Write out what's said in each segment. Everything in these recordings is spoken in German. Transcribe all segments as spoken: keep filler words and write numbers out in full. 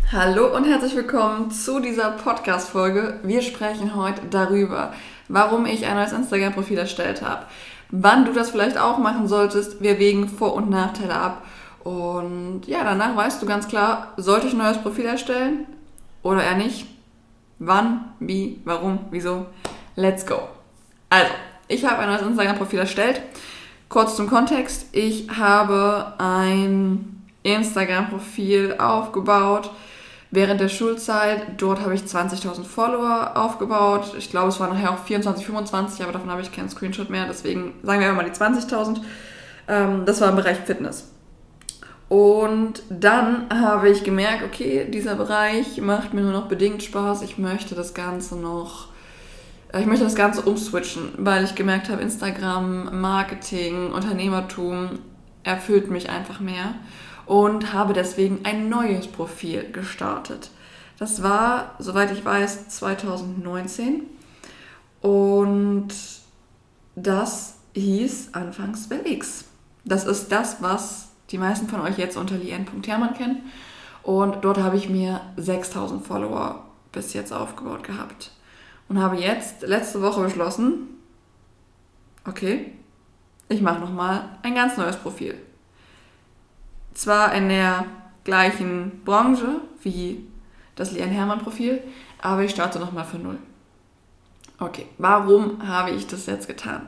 Hallo und herzlich willkommen zu dieser Podcast-Folge. Wir sprechen heute darüber, warum ich ein neues Instagram-Profil erstellt habe, wann du das vielleicht auch machen solltest. Wir wägen Vor- und Nachteile ab und ja, danach weißt du ganz klar, sollte ich ein neues Profil erstellen oder eher nicht? Wann, wie, warum, wieso? Let's go! Also, ich habe ein neues Instagram-Profil erstellt. Kurz zum Kontext, ich habe ein Instagram-Profil aufgebaut während der Schulzeit. Dort habe ich zwanzigtausend Follower aufgebaut. Ich glaube, es waren nachher auch vierundzwanzig, fünfundzwanzig, aber davon habe ich keinen Screenshot mehr. Deswegen sagen wir einfach mal die zwanzigtausend. Das war im Bereich Fitness. Und dann habe ich gemerkt, okay, dieser Bereich macht mir nur noch bedingt Spaß. Ich möchte das Ganze noch, ich möchte das Ganze umswitchen, weil ich gemerkt habe, Instagram, Marketing, Unternehmertum erfüllt mich einfach mehr. Und habe deswegen ein neues Profil gestartet. Das war, soweit ich weiß, zwanzig neunzehn. Und das hieß anfangs WellX. Das ist das, was die meisten von euch jetzt unter lien punkt hermann kennen. Und dort habe ich mir sechstausend Follower bis jetzt aufgebaut gehabt. Und habe jetzt letzte Woche beschlossen, okay, ich mache nochmal ein ganz neues Profil. Zwar in der gleichen Branche wie das Lien-Hermann-Profil, aber ich starte nochmal von Null. Okay, warum habe ich das jetzt getan?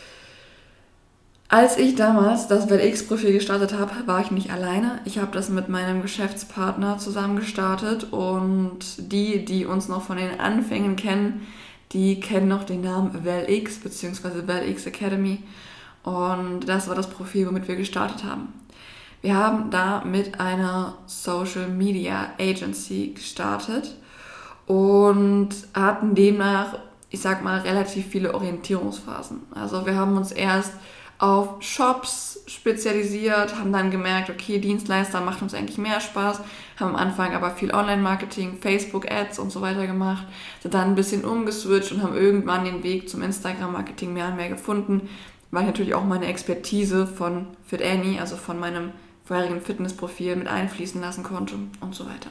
Als ich damals das WellX-Profil gestartet habe, war ich nicht alleine. Ich habe das mit meinem Geschäftspartner zusammen gestartet und die, die uns noch von den Anfängen kennen, die kennen noch den Namen WellX bzw. WellX Academy und das war das Profil, womit wir gestartet haben. Wir haben da mit einer Social Media Agency gestartet und hatten demnach, ich sag mal, relativ viele Orientierungsphasen. Also wir haben uns erst auf Shops spezialisiert, haben dann gemerkt, okay, Dienstleister macht uns eigentlich mehr Spaß, haben am Anfang aber viel Online-Marketing, Facebook-Ads und so weiter gemacht, sind dann ein bisschen umgeswitcht und haben irgendwann den Weg zum Instagram-Marketing mehr und mehr gefunden, weil ich natürlich auch meine Expertise von Fit Annie, also von meinem vorherigen Fitnessprofil mit einfließen lassen konnte und so weiter.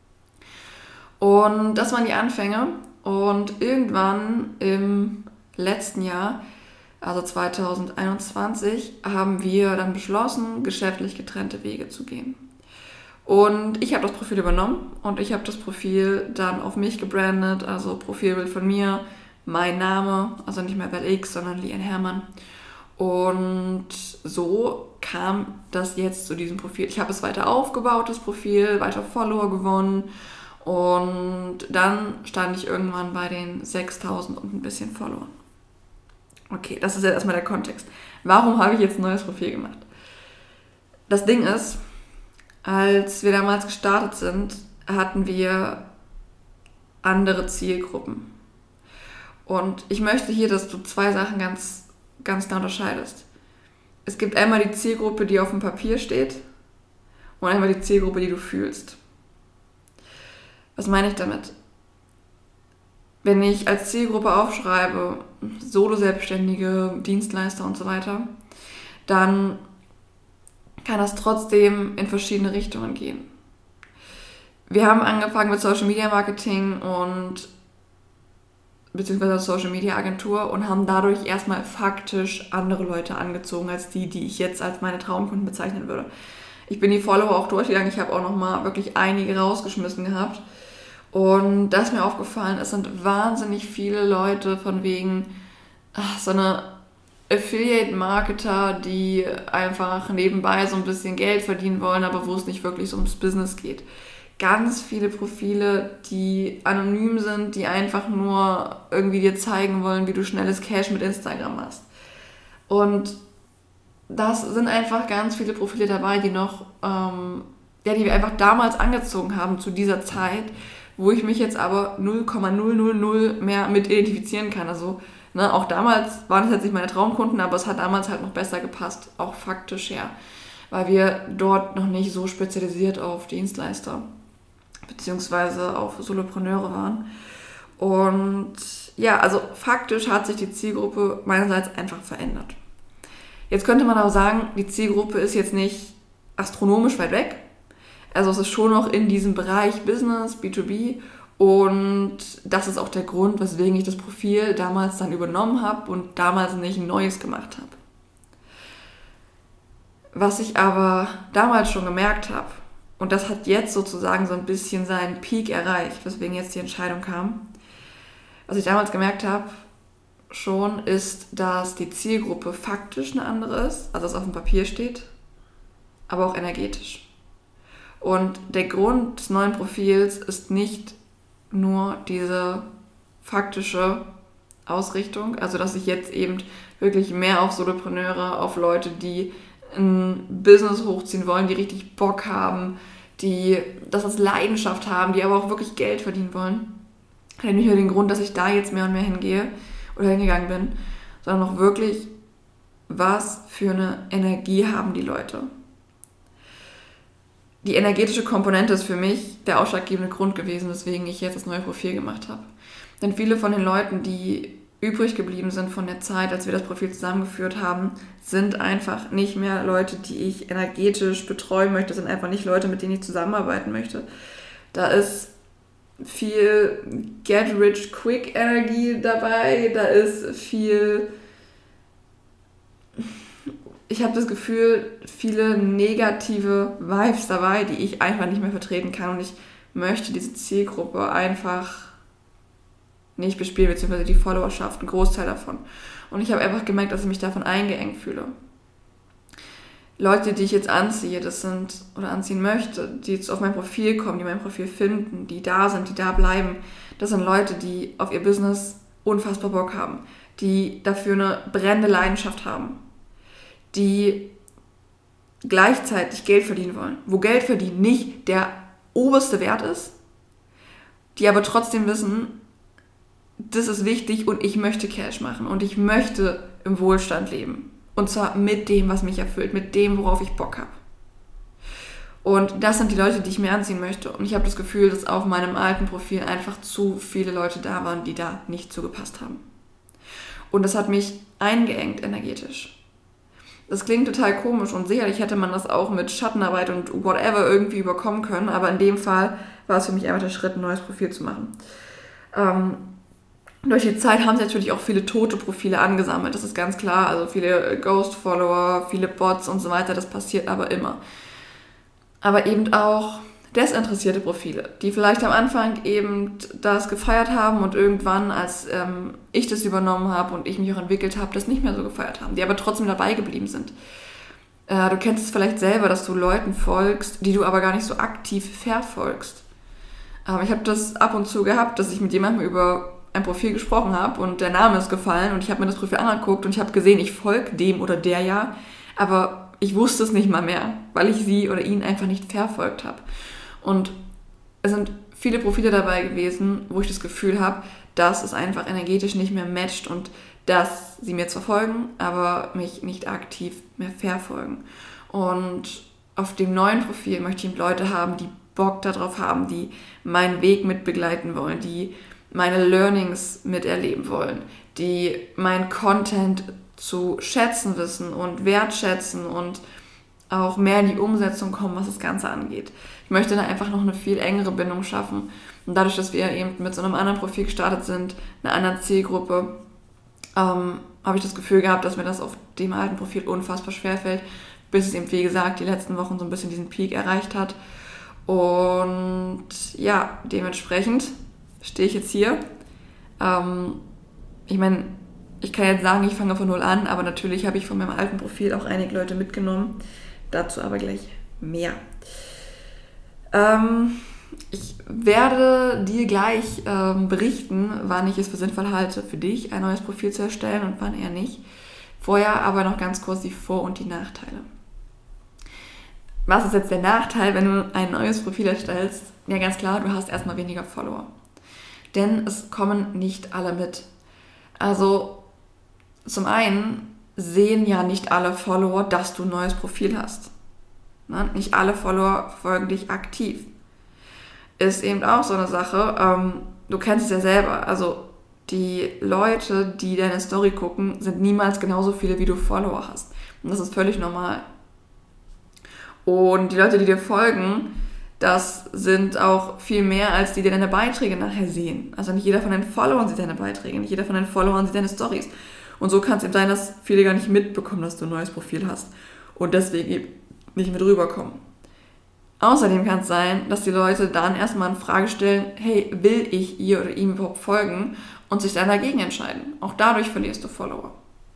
Und das waren die Anfänge und irgendwann im letzten Jahr, also zwanzig einundzwanzig, haben wir dann beschlossen, geschäftlich getrennte Wege zu gehen. Und ich habe das Profil übernommen und ich habe das Profil dann auf mich gebrandet, also Profilbild von mir, mein Name, also nicht mehr WellX, sondern Lien Hermann. Und so kam das jetzt zu diesem Profil. Ich habe es weiter aufgebaut, das Profil, weiter Follower gewonnen und dann stand ich irgendwann bei den sechstausend und ein bisschen Followern. Okay, das ist jetzt erstmal der Kontext. Warum habe ich jetzt ein neues Profil gemacht? Das Ding ist, als wir damals gestartet sind, hatten wir andere Zielgruppen. Und ich möchte hier, dass du zwei Sachen ganz ganz klar unterscheidest. Es gibt einmal die Zielgruppe, die auf dem Papier steht und einmal die Zielgruppe, die du fühlst. Was meine ich damit? Wenn ich als Zielgruppe aufschreibe, Solo-Selbstständige, Dienstleister und so weiter, dann kann das trotzdem in verschiedene Richtungen gehen. Wir haben angefangen mit Social Media Marketing und beziehungsweise Social Media Agentur und haben dadurch erstmal faktisch andere Leute angezogen als die, die ich jetzt als meine Traumkunden bezeichnen würde. Ich bin die Follower auch durchgegangen, ich habe auch nochmal wirklich einige rausgeschmissen gehabt und da ist mir aufgefallen, es sind wahnsinnig viele Leute von wegen ach, so eine Affiliate-Marketer, die einfach nebenbei so ein bisschen Geld verdienen wollen, aber wo es nicht wirklich so ums Business geht. Ganz viele Profile, die anonym sind, die einfach nur irgendwie dir zeigen wollen, wie du schnelles Cash mit Instagram hast. Und das sind einfach ganz viele Profile dabei, die noch, ähm, ja, die wir einfach damals angezogen haben zu dieser Zeit, wo ich mich jetzt aber null Komma null null null mehr mit identifizieren kann. Also ne, auch damals waren es jetzt nicht meine Traumkunden, aber es hat damals halt noch besser gepasst, auch faktisch her, weil wir dort noch nicht so spezialisiert auf Dienstleister beziehungsweise auf Solopreneure waren. Und ja, also faktisch hat sich die Zielgruppe meinerseits einfach verändert. Jetzt könnte man auch sagen, die Zielgruppe ist jetzt nicht astronomisch weit weg, Also es ist schon noch in diesem Bereich Business, B zwei B. Und das ist auch der Grund, weswegen ich das Profil damals dann übernommen habe und damals nicht ein neues gemacht habe. Was ich aber damals schon gemerkt habe, und das hat jetzt sozusagen so ein bisschen seinen Peak erreicht, weswegen jetzt die Entscheidung kam, was ich damals gemerkt habe schon, ist, dass die Zielgruppe faktisch eine andere ist, also was auf dem Papier steht, aber auch energetisch. Und der Grund des neuen Profils ist nicht nur diese faktische Ausrichtung, also dass ich jetzt eben wirklich mehr auf Solopreneure, auf Leute, die ein Business hochziehen wollen, die richtig Bock haben, die das als Leidenschaft haben, die aber auch wirklich Geld verdienen wollen. Das hat nicht nur den Grund, dass ich da jetzt mehr und mehr hingehe oder hingegangen bin, sondern auch wirklich, was für eine Energie haben die Leute. Die energetische Komponente ist für mich der ausschlaggebende Grund gewesen, weswegen ich jetzt das neue Profil gemacht habe. Denn viele von den Leuten, die übrig geblieben sind von der Zeit, als wir das Profil zusammengeführt haben, sind einfach nicht mehr Leute, die ich energetisch betreuen möchte, sind einfach nicht Leute, mit denen ich zusammenarbeiten möchte. Da ist viel Get-Rich-Quick-Energie dabei, da ist viel, ich habe das Gefühl, viele negative Vibes dabei, die ich einfach nicht mehr vertreten kann und ich möchte diese Zielgruppe einfach nicht bespielen, beziehungsweise die Followerschaft, ein Großteil davon. Und ich habe einfach gemerkt, dass ich mich davon eingeengt fühle. Leute, die ich jetzt anziehe, das sind, oder anziehen möchte, die jetzt auf mein Profil kommen, die mein Profil finden, die da sind, die da bleiben, das sind Leute, die auf ihr Business unfassbar Bock haben, die dafür eine brennende Leidenschaft haben, die gleichzeitig Geld verdienen wollen, wo Geld verdienen nicht der oberste Wert ist, die aber trotzdem wissen, das ist wichtig und ich möchte Cash machen und ich möchte im Wohlstand leben. Und zwar mit dem, was mich erfüllt, mit dem, worauf ich Bock habe. Und das sind die Leute, die ich mir anziehen möchte. Und ich habe das Gefühl, dass auf meinem alten Profil einfach zu viele Leute da waren, die da nicht zugepasst haben. Und das hat mich eingeengt energetisch. Das klingt total komisch und sicherlich hätte man das auch mit Schattenarbeit und whatever irgendwie überkommen können, aber in dem Fall war es für mich einfach der Schritt, ein neues Profil zu machen. Ähm, Durch die Zeit haben sich natürlich auch viele tote Profile angesammelt, das ist ganz klar. Also viele Ghost-Follower, viele Bots und so weiter, das passiert aber immer. Aber eben auch desinteressierte Profile, die vielleicht am Anfang eben das gefeiert haben und irgendwann, als ähm, ich das übernommen habe und ich mich auch entwickelt habe, das nicht mehr so gefeiert haben, die aber trotzdem dabei geblieben sind. Äh, du kennst es vielleicht selber, dass du Leuten folgst, die du aber gar nicht so aktiv verfolgst. Aber ich habe das ab und zu gehabt, dass ich mit jemandem über ein Profil gesprochen habe und der Name ist gefallen und ich habe mir das Profil angeguckt und ich habe gesehen, ich folge dem oder der ja, aber ich wusste es nicht mal mehr, weil ich sie oder ihn einfach nicht verfolgt habe. Und es sind viele Profile dabei gewesen, wo ich das Gefühl habe, dass es einfach energetisch nicht mehr matcht und dass sie mir zwar folgen, aber mich nicht aktiv mehr verfolgen. Und auf dem neuen Profil möchte ich Leute haben, die Bock darauf haben, die meinen Weg mitbegleiten wollen, die meine Learnings miterleben wollen, die meinen Content zu schätzen wissen und wertschätzen und auch mehr in die Umsetzung kommen, was das Ganze angeht. Ich möchte da einfach noch eine viel engere Bindung schaffen. Und dadurch, dass wir eben mit so einem anderen Profil gestartet sind, einer anderen Zielgruppe, ähm, habe ich das Gefühl gehabt, dass mir das auf dem alten Profil unfassbar schwerfällt, bis es eben, wie gesagt, die letzten Wochen so ein bisschen diesen Peak erreicht hat. Und ja, dementsprechend stehe ich jetzt hier. Ähm, ich meine, ich kann jetzt sagen, ich fange von null an, aber natürlich habe ich von meinem alten Profil auch einige Leute mitgenommen. Dazu aber gleich mehr. Ähm, ich werde dir gleich ähm, berichten, wann ich es für sinnvoll halte, für dich ein neues Profil zu erstellen und wann eher nicht. Vorher aber noch ganz kurz die Vor- und die Nachteile. Was ist jetzt der Nachteil, wenn du ein neues Profil erstellst? Ja, ganz klar, du hast erstmal weniger Follower. Denn es kommen nicht alle mit. Also zum einen sehen ja nicht alle Follower, dass du ein neues Profil hast. Ne? Nicht alle Follower folgen dich aktiv. Ist eben auch so eine Sache, ähm, du kennst es ja selber, also die Leute, die deine Story gucken, sind niemals genauso viele, wie du Follower hast. Und das ist völlig normal. Und die Leute, die dir folgen, Das sind auch viel mehr, als die, die deine Beiträge nachher sehen. Also nicht jeder von deinen Followern sieht deine Beiträge, nicht jeder von deinen Followern sieht deine Stories. Und so kann es eben sein, dass viele gar nicht mitbekommen, dass du ein neues Profil hast und deswegen eben nicht mit rüberkommen. Außerdem kann es sein, dass die Leute dann erstmal eine Frage stellen, hey, will ich ihr oder ihm überhaupt folgen, und sich dann dagegen entscheiden. Auch dadurch verlierst du Follower.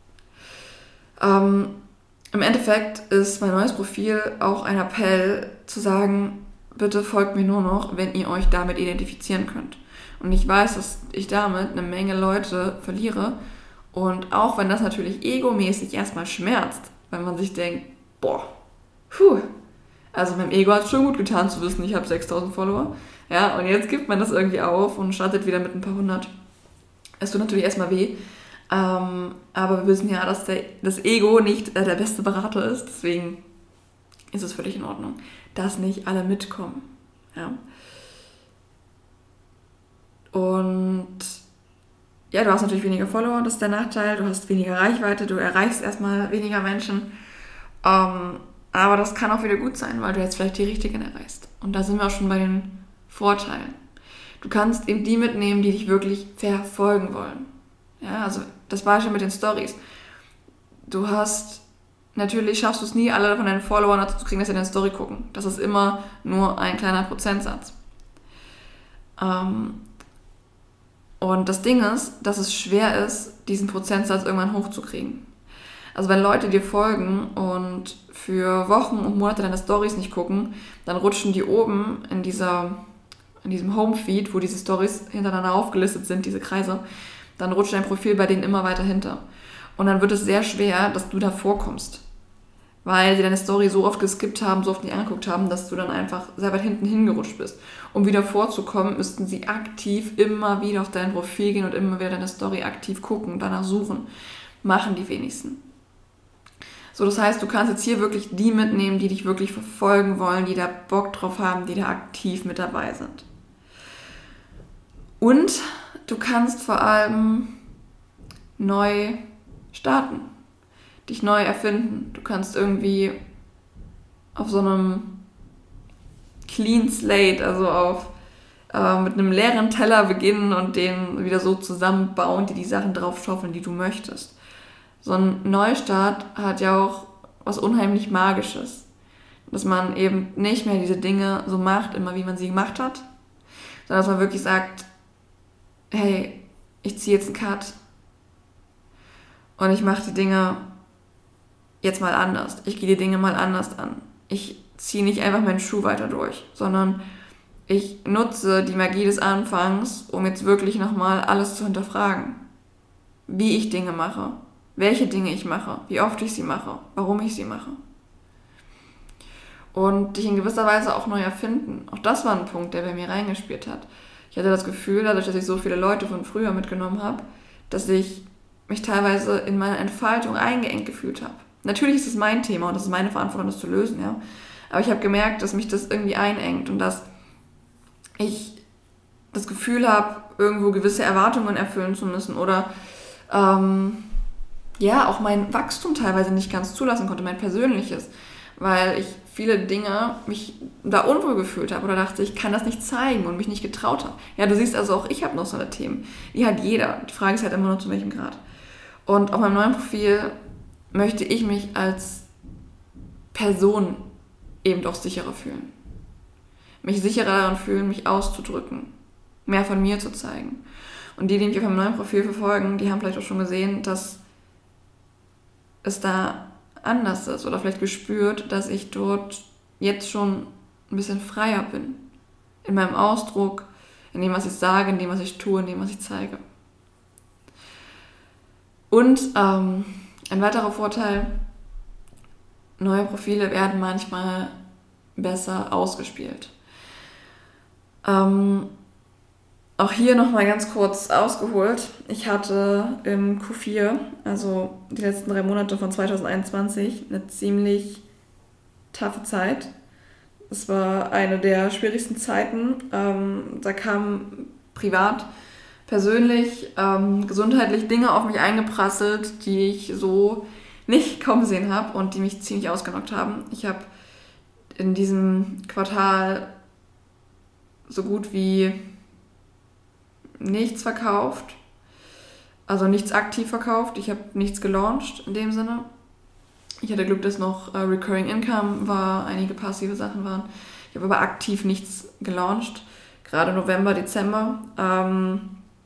Ähm, Im Endeffekt ist mein neues Profil auch ein Appell zu sagen, bitte folgt mir nur noch, wenn ihr euch damit identifizieren könnt. Und ich weiß, dass ich damit eine Menge Leute verliere. Und auch wenn das natürlich egomäßig erstmal schmerzt, wenn man sich denkt, boah, puh, also meinem Ego hat es schon gut getan zu wissen, ich habe sechstausend Follower. Ja, und jetzt gibt man das irgendwie auf und startet wieder mit ein paar hundert. Es tut natürlich erstmal weh. Ähm, aber wir wissen ja, dass der, das Ego nicht äh, der beste Berater ist. Deswegen ist es völlig in Ordnung, dass nicht alle mitkommen. Ja. Und ja, du hast natürlich weniger Follower, das ist der Nachteil. Du hast weniger Reichweite, du erreichst erstmal weniger Menschen. Ähm, aber das kann auch wieder gut sein, weil du jetzt vielleicht die Richtigen erreichst. Und da sind wir auch schon bei den Vorteilen. Du kannst eben die mitnehmen, die dich wirklich verfolgen wollen. Ja, also das Beispiel mit den Stories. Du hast, natürlich schaffst du es nie, alle von deinen Followern dazu zu kriegen, dass sie deine Story gucken. Das ist immer nur ein kleiner Prozentsatz. Ähm, und das Ding ist, dass es schwer ist, diesen Prozentsatz irgendwann hochzukriegen. Also wenn Leute dir folgen und für Wochen und Monate deine Stories nicht gucken, dann rutschen die oben in dieser, in diesem Home-Feed, wo diese Stories hintereinander aufgelistet sind, diese Kreise, dann rutscht dein Profil bei denen immer weiter hinter. Und dann wird es sehr schwer, dass du da vorkommst. Weil sie deine Story so oft geskippt haben, so oft nicht angeguckt haben, dass du dann einfach sehr weit hinten hingerutscht bist. Um wieder vorzukommen, müssten sie aktiv immer wieder auf dein Profil gehen und immer wieder deine Story aktiv gucken, danach suchen. Machen die wenigsten. So, das heißt, du kannst jetzt hier wirklich die mitnehmen, die dich wirklich verfolgen wollen, die da Bock drauf haben, die da aktiv mit dabei sind. Und du kannst vor allem neu starten, dich neu erfinden. Du kannst irgendwie auf so einem Clean Slate, also auf äh, mit einem leeren Teller beginnen und den wieder so zusammenbauen, die die Sachen drauf schaufeln, die du möchtest. So ein Neustart hat ja auch was unheimlich Magisches. Dass man eben nicht mehr diese Dinge so macht, immer wie man sie gemacht hat, sondern dass man wirklich sagt, hey, ich ziehe jetzt einen Cut und ich mache die Dinge jetzt mal anders. Ich gehe die Dinge mal anders an. Ich ziehe nicht einfach meinen Schuh weiter durch, sondern ich nutze die Magie des Anfangs, um jetzt wirklich nochmal alles zu hinterfragen. Wie ich Dinge mache, welche Dinge ich mache, wie oft ich sie mache, warum ich sie mache. Und dich in gewisser Weise auch neu erfinden. Auch das war ein Punkt, der bei mir reingespielt hat. Ich hatte das Gefühl, dadurch, dass ich so viele Leute von früher mitgenommen habe, dass ich mich teilweise in meiner Entfaltung eingeengt gefühlt habe. Natürlich ist es mein Thema und das ist meine Verantwortung, das zu lösen, ja. Aber ich habe gemerkt, dass mich das irgendwie einengt und dass ich das Gefühl habe, irgendwo gewisse Erwartungen erfüllen zu müssen oder ähm, ja, auch mein Wachstum teilweise nicht ganz zulassen konnte, mein persönliches, weil ich viele Dinge mich da unwohl gefühlt habe oder dachte, ich kann das nicht zeigen und mich nicht getraut habe. Ja, du siehst also auch, ich habe noch so eine Themen. Die hat jeder. Die Frage ist halt immer nur, zu welchem Grad. Und auf meinem neuen Profil möchte ich mich als Person eben doch sicherer fühlen. Mich sicherer daran fühlen, mich auszudrücken. Mehr von mir zu zeigen. Und die, die mich auf meinem neuen Profil verfolgen, die haben vielleicht auch schon gesehen, dass es da anders ist oder vielleicht gespürt, dass ich dort jetzt schon ein bisschen freier bin. In meinem Ausdruck, in dem, was ich sage, in dem, was ich tue, in dem, was ich zeige. Und ähm, ein weiterer Vorteil, neue Profile werden manchmal besser ausgespielt. Ähm, Auch hier nochmal ganz kurz ausgeholt. Ich hatte im Q vier, also die letzten drei Monate von zwanzig einundzwanzig, eine ziemlich taffe Zeit. Es war eine der schwierigsten Zeiten. Ähm, da kamen privat, persönlich, ähm, gesundheitlich Dinge auf mich eingeprasselt, die ich so nicht kaum gesehen habe und die mich ziemlich ausgenockt haben. Ich habe in diesem Quartal so gut wie nichts verkauft. Also nichts aktiv verkauft. Ich habe nichts gelauncht in dem Sinne. Ich hatte Glück, dass noch äh, Recurring Income war, einige passive Sachen waren. Ich habe aber aktiv nichts gelauncht. Gerade November, Dezember. Ähm,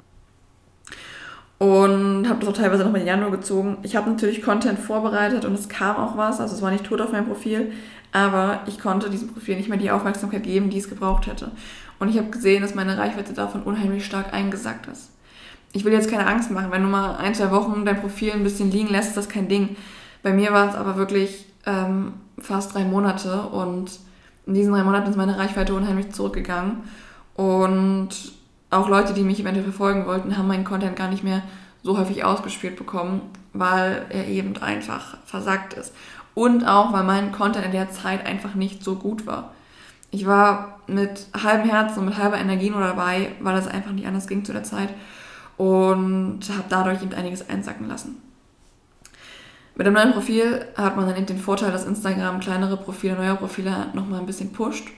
und habe das auch teilweise noch mal in Januar gezogen. Ich habe natürlich Content vorbereitet und es kam auch was. Also es war nicht tot auf meinem Profil. Aber ich konnte diesem Profil nicht mehr die Aufmerksamkeit geben, die es gebraucht hätte. Und ich habe gesehen, dass meine Reichweite davon unheimlich stark eingesackt ist. Ich will jetzt keine Angst machen. Wenn du mal ein, zwei Wochen dein Profil ein bisschen liegen lässt, ist das kein Ding. Bei mir war es aber wirklich ähm, fast drei Monate und in diesen drei Monaten ist meine Reichweite unheimlich zurückgegangen. Und auch Leute, die mich eventuell verfolgen wollten, haben meinen Content gar nicht mehr so häufig ausgespielt bekommen, weil er eben einfach versackt ist. Und auch, weil mein Content in der Zeit einfach nicht so gut war. Ich war mit halbem Herzen und mit halber Energie nur dabei, weil es einfach nicht anders ging zu der Zeit. Und habe dadurch eben einiges einsacken lassen. Mit dem neuen Profil hat man dann eben den Vorteil, dass Instagram kleinere Profile, neue Profile nochmal ein bisschen pusht.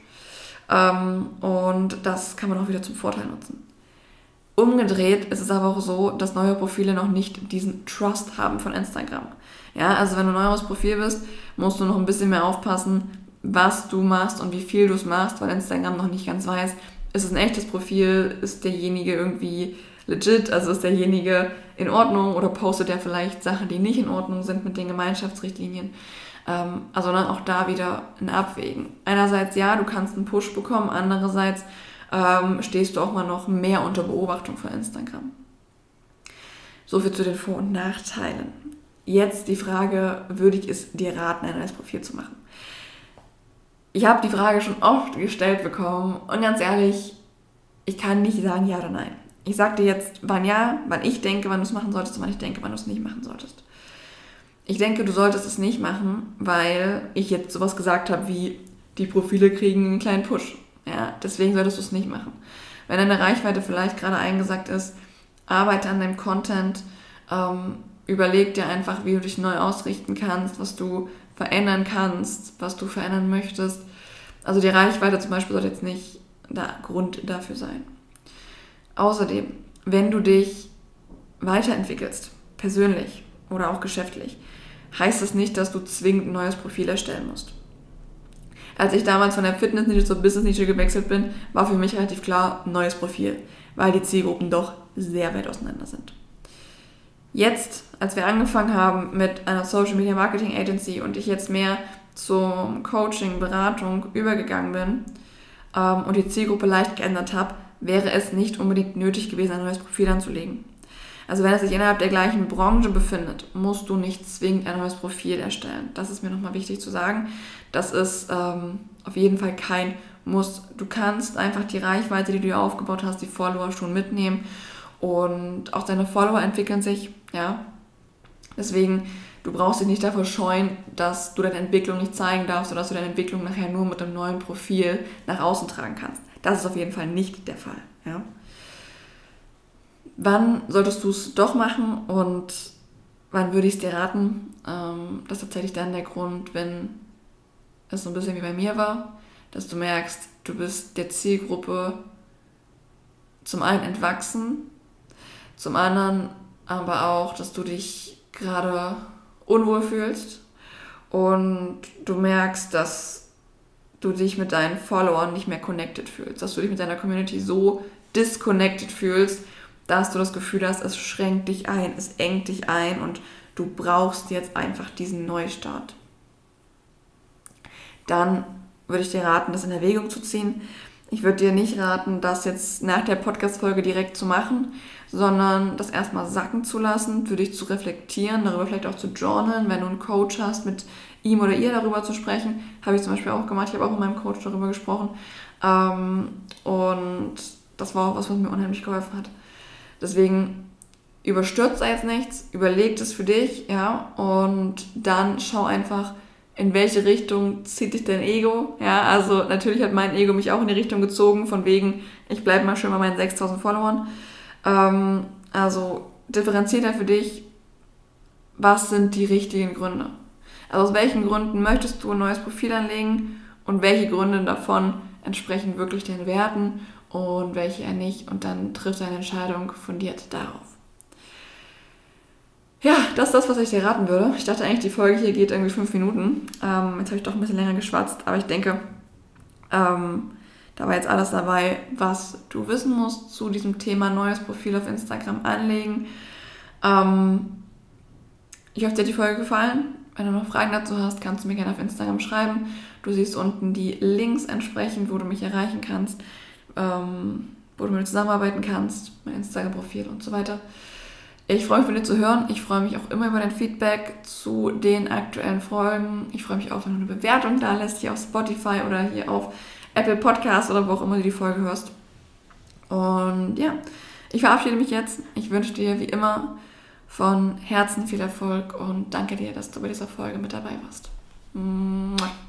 Und das kann man auch wieder zum Vorteil nutzen. Umgedreht ist es aber auch so, dass neue Profile noch nicht diesen Trust haben von Instagram. Ja, also wenn du ein neues Profil bist, musst du noch ein bisschen mehr aufpassen, was du machst und wie viel du es machst, weil Instagram noch nicht ganz weiß, ist es ein echtes Profil, ist derjenige irgendwie legit, also ist derjenige in Ordnung oder postet er vielleicht Sachen, die nicht in Ordnung sind mit den Gemeinschaftsrichtlinien. Ähm, also dann auch da wieder ein Abwägen. Einerseits ja, du kannst einen Push bekommen, andererseits ähm, stehst du auch mal noch mehr unter Beobachtung von Instagram. Soviel zu den Vor- und Nachteilen. Jetzt die Frage, würde ich es dir raten, ein neues Profil zu machen? Ich habe die Frage schon oft gestellt bekommen und ganz ehrlich, ich kann nicht sagen ja oder nein. Ich sage dir jetzt, wann ja, wann ich denke, wann du es machen solltest und wann ich denke, wann du es nicht machen solltest. Ich denke, du solltest es nicht machen, weil ich jetzt sowas gesagt habe wie, die Profile kriegen einen kleinen Push. Ja, deswegen solltest du es nicht machen. Wenn deine Reichweite vielleicht gerade eingesackt ist, arbeite an deinem Content, ähm, überleg dir einfach, wie du dich neu ausrichten kannst, was du verändern kannst, was du verändern möchtest. Also die Reichweite zum Beispiel sollte jetzt nicht der Grund dafür sein. Außerdem, wenn du dich weiterentwickelst, persönlich oder auch geschäftlich, heißt das nicht, dass du zwingend ein neues Profil erstellen musst. Als ich damals von der Fitness-Nische zur Business-Nische gewechselt bin, war für mich relativ klar, ein neues Profil, weil die Zielgruppen doch sehr weit auseinander sind. Jetzt, als wir angefangen haben mit einer Social Media Marketing Agency und ich jetzt mehr zum Coaching, Beratung übergegangen bin ähm, und die Zielgruppe leicht geändert habe, wäre es nicht unbedingt nötig gewesen, ein neues Profil anzulegen. Also wenn es sich innerhalb der gleichen Branche befindet, musst du nicht zwingend ein neues Profil erstellen. Das ist mir nochmal wichtig zu sagen. Das ist ähm, auf jeden Fall kein Muss. Du kannst einfach die Reichweite, die du dir aufgebaut hast, die Follower schon mitnehmen und auch deine Follower entwickeln sich. Ja, deswegen, du brauchst dich nicht davor scheuen, dass du deine Entwicklung nicht zeigen darfst oder dass du deine Entwicklung nachher nur mit einem neuen Profil nach außen tragen kannst. Das ist auf jeden Fall nicht der Fall. Ja. Wann solltest du es doch machen und wann würde ich es dir raten? Ähm, das ist tatsächlich dann der Grund, wenn es so ein bisschen wie bei mir war, dass du merkst, du bist der Zielgruppe zum einen entwachsen, zum anderen aber auch, dass du dich gerade unwohl fühlst und du merkst, dass du dich mit deinen Followern nicht mehr connected fühlst, dass du dich mit deiner Community so disconnected fühlst, dass du das Gefühl hast, es schränkt dich ein, es engt dich ein und du brauchst jetzt einfach diesen Neustart. Dann würde ich dir raten, das in Erwägung zu ziehen. Ich würde dir nicht raten, das jetzt nach der Podcast-Folge direkt zu machen, sondern das erstmal sacken zu lassen, für dich zu reflektieren, darüber vielleicht auch zu journalen, wenn du einen Coach hast, mit ihm oder ihr darüber zu sprechen. Habe ich zum Beispiel auch gemacht, ich habe auch mit meinem Coach darüber gesprochen. Und das war auch was, was mir unheimlich geholfen hat. Deswegen überstürzt jetzt nichts, überleg es für dich, ja, und dann schau einfach, in welche Richtung zieht dich dein Ego, ja, also natürlich hat mein Ego mich auch in die Richtung gezogen, von wegen, ich bleibe mal schön bei meinen sechstausend Followern, ähm, also differenziert da für dich, was sind die richtigen Gründe, also aus welchen Gründen möchtest du ein neues Profil anlegen und welche Gründe davon entsprechen wirklich deinen Werten und welche eher nicht. Und dann trifft deine Entscheidung fundiert darauf. Ja, das ist das, was ich dir raten würde. Ich dachte eigentlich, die Folge hier geht irgendwie fünf Minuten. Ähm, jetzt habe ich doch ein bisschen länger geschwatzt, aber ich denke, ähm, da war jetzt alles dabei, was du wissen musst zu diesem Thema neues Profil auf Instagram anlegen. Ähm, ich hoffe, dir hat die Folge gefallen. Wenn du noch Fragen dazu hast, kannst du mir gerne auf Instagram schreiben. Du siehst unten die Links entsprechend, wo du mich erreichen kannst, ähm, wo du mit mir zusammenarbeiten kannst, mein Instagram-Profil und so weiter. Ich freue mich, von dir zu hören. Ich freue mich auch immer über dein Feedback zu den aktuellen Folgen. Ich freue mich auch, wenn du eine Bewertung da lässt, hier auf Spotify oder hier auf Apple Podcasts oder wo auch immer du die Folge hörst. Und ja, ich verabschiede mich jetzt. Ich wünsche dir wie immer von Herzen viel Erfolg und danke dir, dass du bei dieser Folge mit dabei warst. Mua.